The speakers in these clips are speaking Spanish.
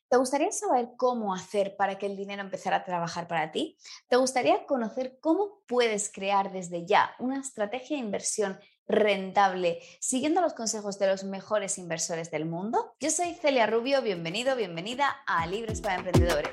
¿Te gustaría saber cómo hacer para que el dinero empezara a trabajar para ti? ¿Te gustaría conocer cómo puedes crear desde ya una estrategia de inversión rentable siguiendo los consejos de los mejores inversores del mundo? Yo soy Celia Rubio, bienvenido, bienvenida a Libros para Emprendedores.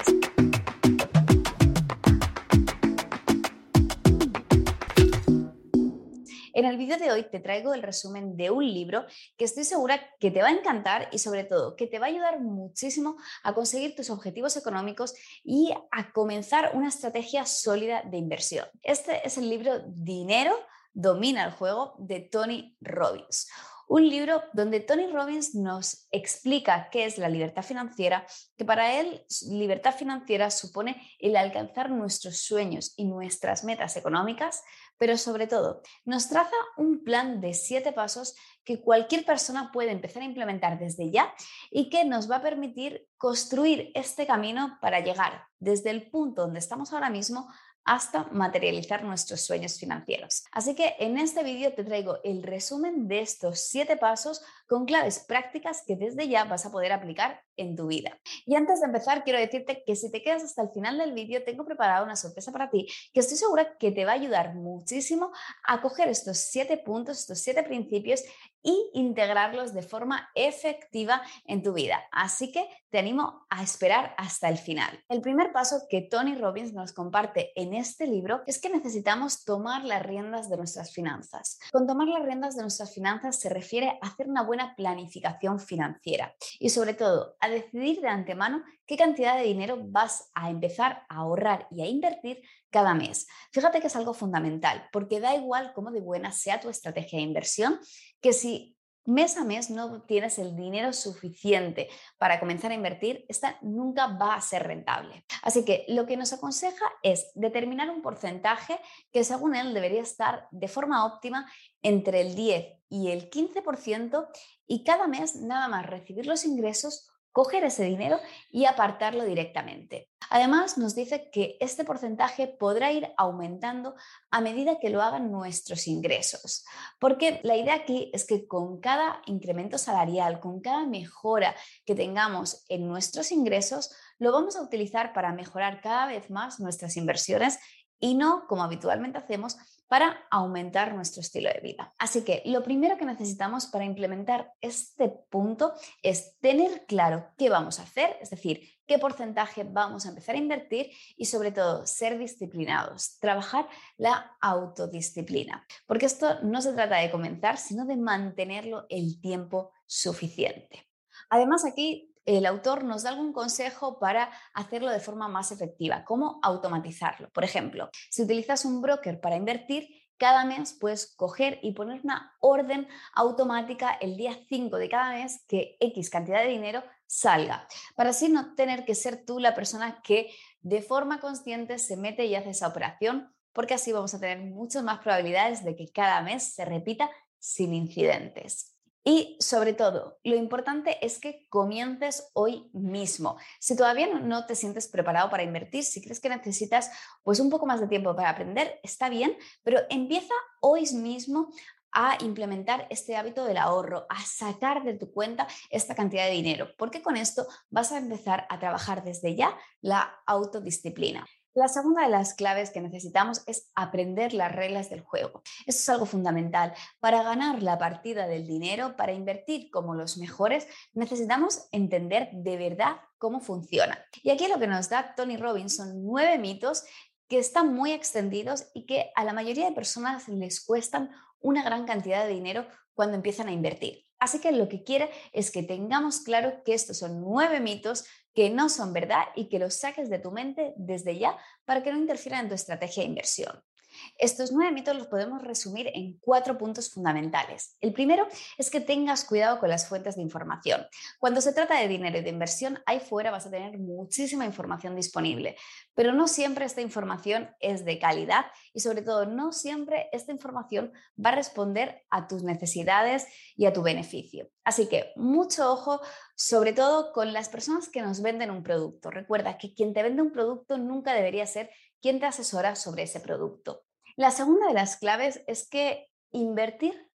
En el vídeo de hoy te traigo el resumen de un libro que estoy segura que te va a encantar y sobre todo que te va a ayudar muchísimo a conseguir tus objetivos económicos y a comenzar una estrategia sólida de inversión. Este es el libro Dinero domina el juego de Tony Robbins. Un libro donde Tony Robbins nos explica qué es la libertad financiera, que para él libertad financiera supone el alcanzar nuestros sueños y nuestras metas económicas, pero sobre todo nos traza un plan de 7 pasos que cualquier persona puede empezar a implementar desde ya y que nos va a permitir construir este camino para llegar desde el punto donde estamos ahora mismo hasta materializar nuestros sueños financieros. Así que en este vídeo te traigo el resumen de estos 7 pasos con claves prácticas que desde ya vas a poder aplicar en tu vida. Y antes de empezar, quiero decirte que si te quedas hasta el final del vídeo, tengo preparada una sorpresa para ti que estoy segura que te va a ayudar muchísimo a coger estos 7 puntos, estos 7 principios y integrarlos de forma efectiva en tu vida. Así que te animo a esperar hasta el final. El primer paso que Tony Robbins nos comparte en este libro es que necesitamos tomar las riendas de nuestras finanzas. Con tomar las riendas de nuestras finanzas se refiere a hacer una buena planificación financiera y sobre todo a decidir de antemano qué cantidad de dinero vas a empezar a ahorrar y a invertir cada mes. Fíjate que es algo fundamental porque da igual cómo de buena sea tu estrategia de inversión, que si mes a mes no tienes el dinero suficiente para comenzar a invertir, esta nunca va a ser rentable. Así que lo que nos aconseja es determinar un porcentaje que según él debería estar de forma óptima entre el 10 y el 15% y cada mes nada más recibir los ingresos, coger ese dinero y apartarlo directamente. Además, nos dice que este porcentaje podrá ir aumentando a medida que lo hagan nuestros ingresos. Porque la idea aquí es que con cada incremento salarial, con cada mejora que tengamos en nuestros ingresos, lo vamos a utilizar para mejorar cada vez más nuestras inversiones y no, como habitualmente hacemos, para aumentar nuestro estilo de vida. Así que lo primero que necesitamos para implementar este punto es tener claro qué vamos a hacer, es decir, qué porcentaje vamos a empezar a invertir y sobre todo ser disciplinados, trabajar la autodisciplina, porque esto no se trata de comenzar, sino de mantenerlo el tiempo suficiente. Además, aquí el autor nos da algún consejo para hacerlo de forma más efectiva, cómo automatizarlo. Por ejemplo, si utilizas un broker para invertir, cada mes puedes coger y poner una orden automática el día 5 de cada mes que X cantidad de dinero salga, para así no tener que ser tú la persona que de forma consciente se mete y hace esa operación, porque así vamos a tener muchas más probabilidades de que cada mes se repita sin incidentes. Y sobre todo, lo importante es que comiences hoy mismo. Si todavía no te sientes preparado para invertir, si crees que necesitas pues un poco más de tiempo para aprender, está bien, pero empieza hoy mismo a implementar este hábito del ahorro, a sacar de tu cuenta esta cantidad de dinero, porque con esto vas a empezar a trabajar desde ya la autodisciplina. La segunda de las claves que necesitamos es aprender las reglas del juego. Esto es algo fundamental. Para ganar la partida del dinero, para invertir como los mejores, necesitamos entender de verdad cómo funciona. Y aquí lo que nos da Tony Robbins son 9 mitos que están muy extendidos y que a la mayoría de personas les cuestan una gran cantidad de dinero cuando empiezan a invertir. Así que lo que quiere es que tengamos claro que estos son 9 mitos que no son verdad y que los saques de tu mente desde ya para que no interfieran en tu estrategia de inversión. Estos 9 mitos los podemos resumir en 4 puntos fundamentales. El primero es que tengas cuidado con las fuentes de información. Cuando se trata de dinero y de inversión, ahí fuera vas a tener muchísima información disponible, pero no siempre esta información es de calidad y sobre todo no siempre esta información va a responder a tus necesidades y a tu beneficio. Así que mucho ojo, sobre todo con las personas que nos venden un producto. Recuerda que quien te vende un producto nunca debería ser quien te asesora sobre ese producto. La segunda de las claves es que invertir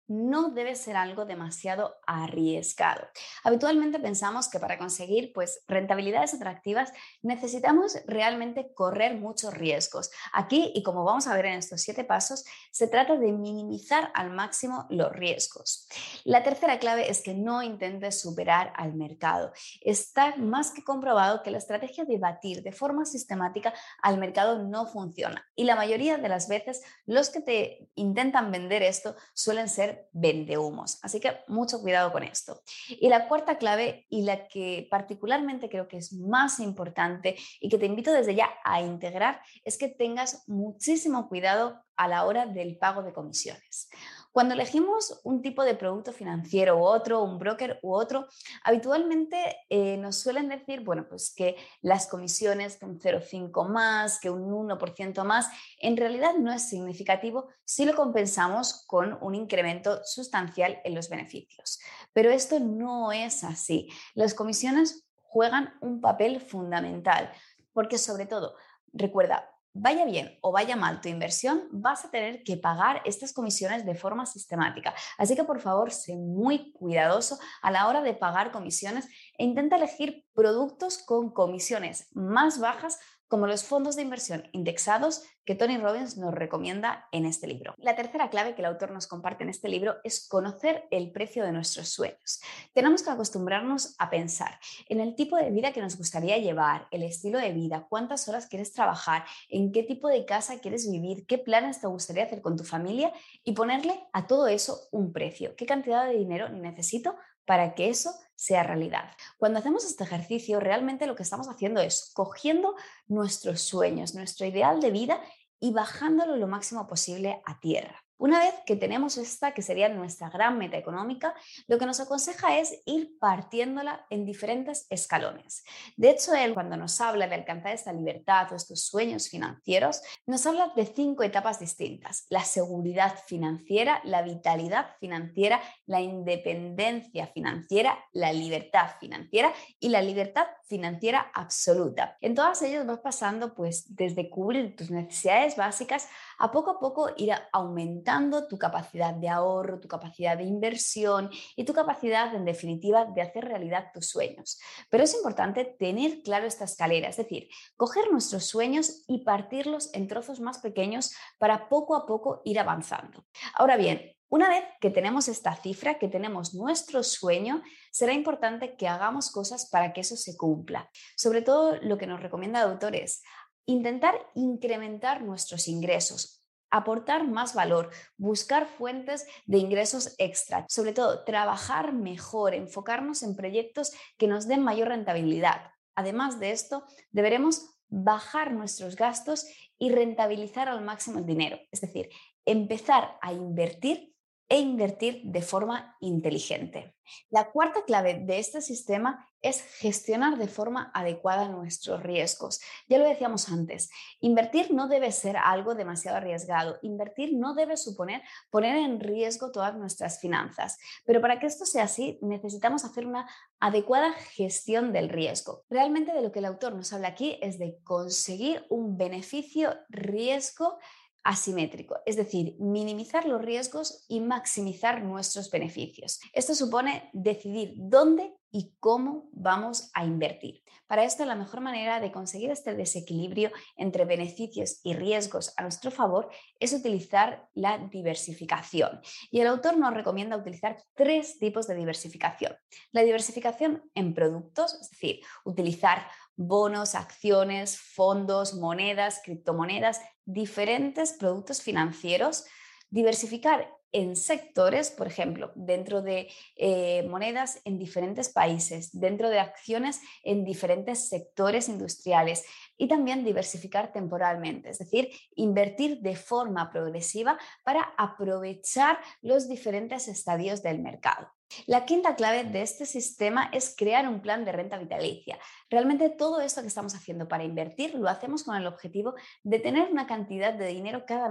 no debe ser algo demasiado arriesgado. Habitualmente pensamos que para conseguir pues, rentabilidades atractivas necesitamos realmente correr muchos riesgos. Aquí, y como vamos a ver en estos 7 pasos, se trata de minimizar al máximo los riesgos. La tercera clave es que no intentes superar al mercado. Está más que comprobado que la estrategia de batir de forma sistemática al mercado no funciona. Y la mayoría de las veces los que te intentan vender esto suelen ser vendehumos. Así que mucho cuidado con esto. Y la cuarta clave, y la que particularmente creo que es más importante y que te invito desde ya a integrar, es que tengas muchísimo cuidado a la hora del pago de comisiones. Cuando elegimos un tipo de producto financiero u otro, un broker u otro, habitualmente nos suelen decir, bueno, pues que las comisiones, que un 0,5 más, que un 1% más, en realidad no es significativo si lo compensamos con un incremento sustancial en los beneficios. Pero esto no es así. Las comisiones juegan un papel fundamental porque sobre todo, recuerda, vaya bien o vaya mal tu inversión, vas a tener que pagar estas comisiones de forma sistemática. Así que por favor, sé muy cuidadoso a la hora de pagar comisiones e intenta elegir productos con comisiones más bajas como los fondos de inversión indexados que Tony Robbins nos recomienda en este libro. La tercera clave que el autor nos comparte en este libro es conocer el precio de nuestros sueños. Tenemos que acostumbrarnos a pensar en el tipo de vida que nos gustaría llevar, el estilo de vida, cuántas horas quieres trabajar, en qué tipo de casa quieres vivir, qué planes te gustaría hacer con tu familia y ponerle a todo eso un precio. ¿Qué cantidad de dinero necesito para que eso sea realidad? Cuando hacemos este ejercicio, realmente lo que estamos haciendo es cogiendo nuestros sueños, nuestro ideal de vida y bajándolo lo máximo posible a tierra. Una vez que tenemos esta, que sería nuestra gran meta económica, lo que nos aconseja es ir partiéndola en diferentes escalones. De hecho, él cuando nos habla de alcanzar esta libertad o estos sueños financieros, nos habla de 5 etapas distintas: la seguridad financiera, la vitalidad financiera, la independencia financiera, la libertad financiera y la libertad financiera absoluta. En todas ellas vas pasando pues desde cubrir tus necesidades básicas a poco ir aumentando tu capacidad de ahorro, tu capacidad de inversión y tu capacidad en definitiva de hacer realidad tus sueños. Pero es importante tener claro esta escalera, es decir, coger nuestros sueños y partirlos en trozos más pequeños para poco a poco ir avanzando. Ahora bien, una vez que tenemos esta cifra, que tenemos nuestro sueño, será importante que hagamos cosas para que eso se cumpla. Sobre todo lo que nos recomienda el autor es intentar incrementar nuestros ingresos, aportar más valor, buscar fuentes de ingresos extra, sobre todo trabajar mejor, enfocarnos en proyectos que nos den mayor rentabilidad. Además de esto, deberemos bajar nuestros gastos y rentabilizar al máximo el dinero, es decir, empezar a invertir e invertir de forma inteligente. La cuarta clave de este sistema es gestionar de forma adecuada nuestros riesgos. Ya lo decíamos antes, invertir no debe ser algo demasiado arriesgado. Invertir no debe suponer poner en riesgo todas nuestras finanzas. Pero para que esto sea así, necesitamos hacer una adecuada gestión del riesgo. Realmente de lo que el autor nos habla aquí es de conseguir un beneficio-riesgo asimétrico, es decir, minimizar los riesgos y maximizar nuestros beneficios. Esto supone decidir dónde y cómo vamos a invertir. Para esto, la mejor manera de conseguir este desequilibrio entre beneficios y riesgos a nuestro favor es utilizar la diversificación. Y el autor nos recomienda utilizar 3 tipos de diversificación. La diversificación en productos, es decir, utilizar bonos, acciones, fondos, monedas, criptomonedas, diferentes productos financieros, diversificar en sectores, por ejemplo, dentro de monedas en diferentes países, dentro de acciones en diferentes sectores industriales y también diversificar temporalmente, es decir, invertir de forma progresiva para aprovechar los diferentes estadios del mercado. La quinta clave de este sistema es crear un plan de renta vitalicia. Realmente todo esto que estamos haciendo para invertir lo hacemos con el objetivo de tener una cantidad de dinero cada mes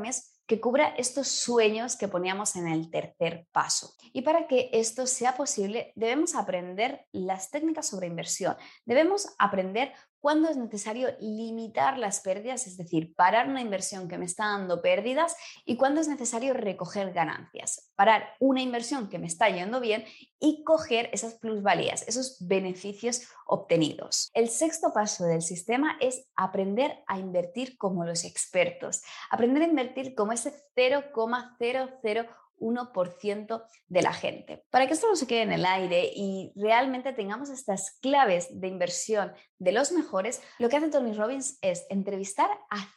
que cubra estos sueños que poníamos en el tercer paso. Y para que esto sea posible, debemos aprender las técnicas sobre inversión. Debemos aprender cuándo es necesario limitar las pérdidas, es decir, parar una inversión que me está dando pérdidas, y cuándo es necesario recoger ganancias. Parar una inversión que me está yendo bien y coger esas plusvalías, esos beneficios obtenidos. El sexto paso del sistema es aprender a invertir como los expertos. Aprender a invertir como ese 0,001% de la gente. Para que esto no se quede en el aire y realmente tengamos estas claves de inversión de los mejores, lo que hace Tony Robbins es entrevistar a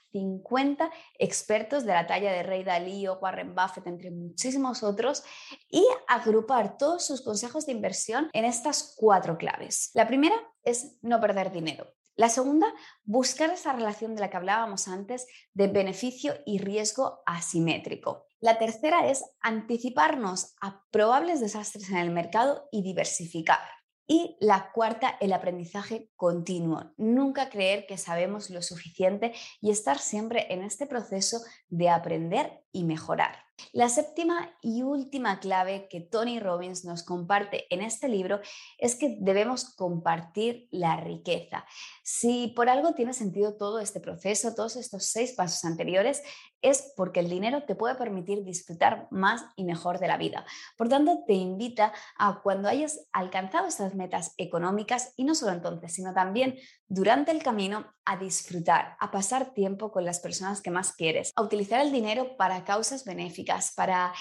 50 expertos de la talla de Ray Dalio, Warren Buffett, entre muchísimos otros, y agrupar todos sus consejos de inversión en estas 4 claves. La primera es no perder dinero. La segunda, buscar esa relación de la que hablábamos antes de beneficio y riesgo asimétrico. La tercera es anticiparnos a probables desastres en el mercado y diversificar. Y la cuarta, el aprendizaje continuo. Nunca creer que sabemos lo suficiente y estar siempre en este proceso de aprender y mejorar. La séptima y última clave que Tony Robbins nos comparte en este libro es que debemos compartir la riqueza. Si por algo tiene sentido todo este proceso, todos estos 6 pasos anteriores, es porque el dinero te puede permitir disfrutar más y mejor de la vida. Por tanto, te invita a, cuando hayas alcanzado estas metas económicas, y no solo entonces, sino también durante el camino, a disfrutar, a pasar tiempo con las personas que más quieres, a utilizar el dinero para causas benéficas, para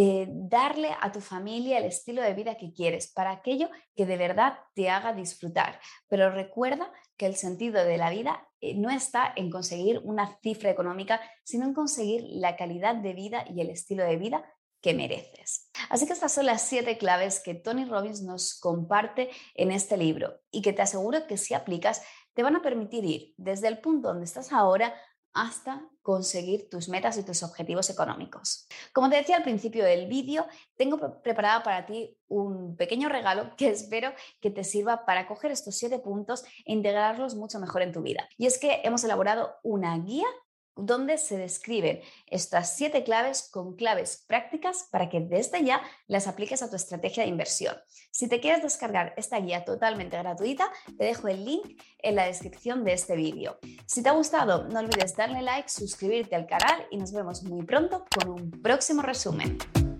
darle a tu familia el estilo de vida que quieres, para aquello que de verdad te haga disfrutar. Pero recuerda que el sentido de la vida no está en conseguir una cifra económica, sino en conseguir la calidad de vida y el estilo de vida que mereces. Así que estas son las 7 claves que Tony Robbins nos comparte en este libro y que te aseguro que si aplicas te van a permitir ir desde el punto donde estás ahora hasta conseguir tus metas y tus objetivos económicos. Como te decía al principio del vídeo, tengo preparado para ti un pequeño regalo que espero que te sirva para coger estos 7 puntos e integrarlos mucho mejor en tu vida. Y es que hemos elaborado una guía donde se describen estas 7 claves con claves prácticas para que desde ya las apliques a tu estrategia de inversión. Si te quieres descargar esta guía totalmente gratuita, te dejo el link en la descripción de este vídeo. Si te ha gustado, no olvides darle like, suscribirte al canal y nos vemos muy pronto con un próximo resumen.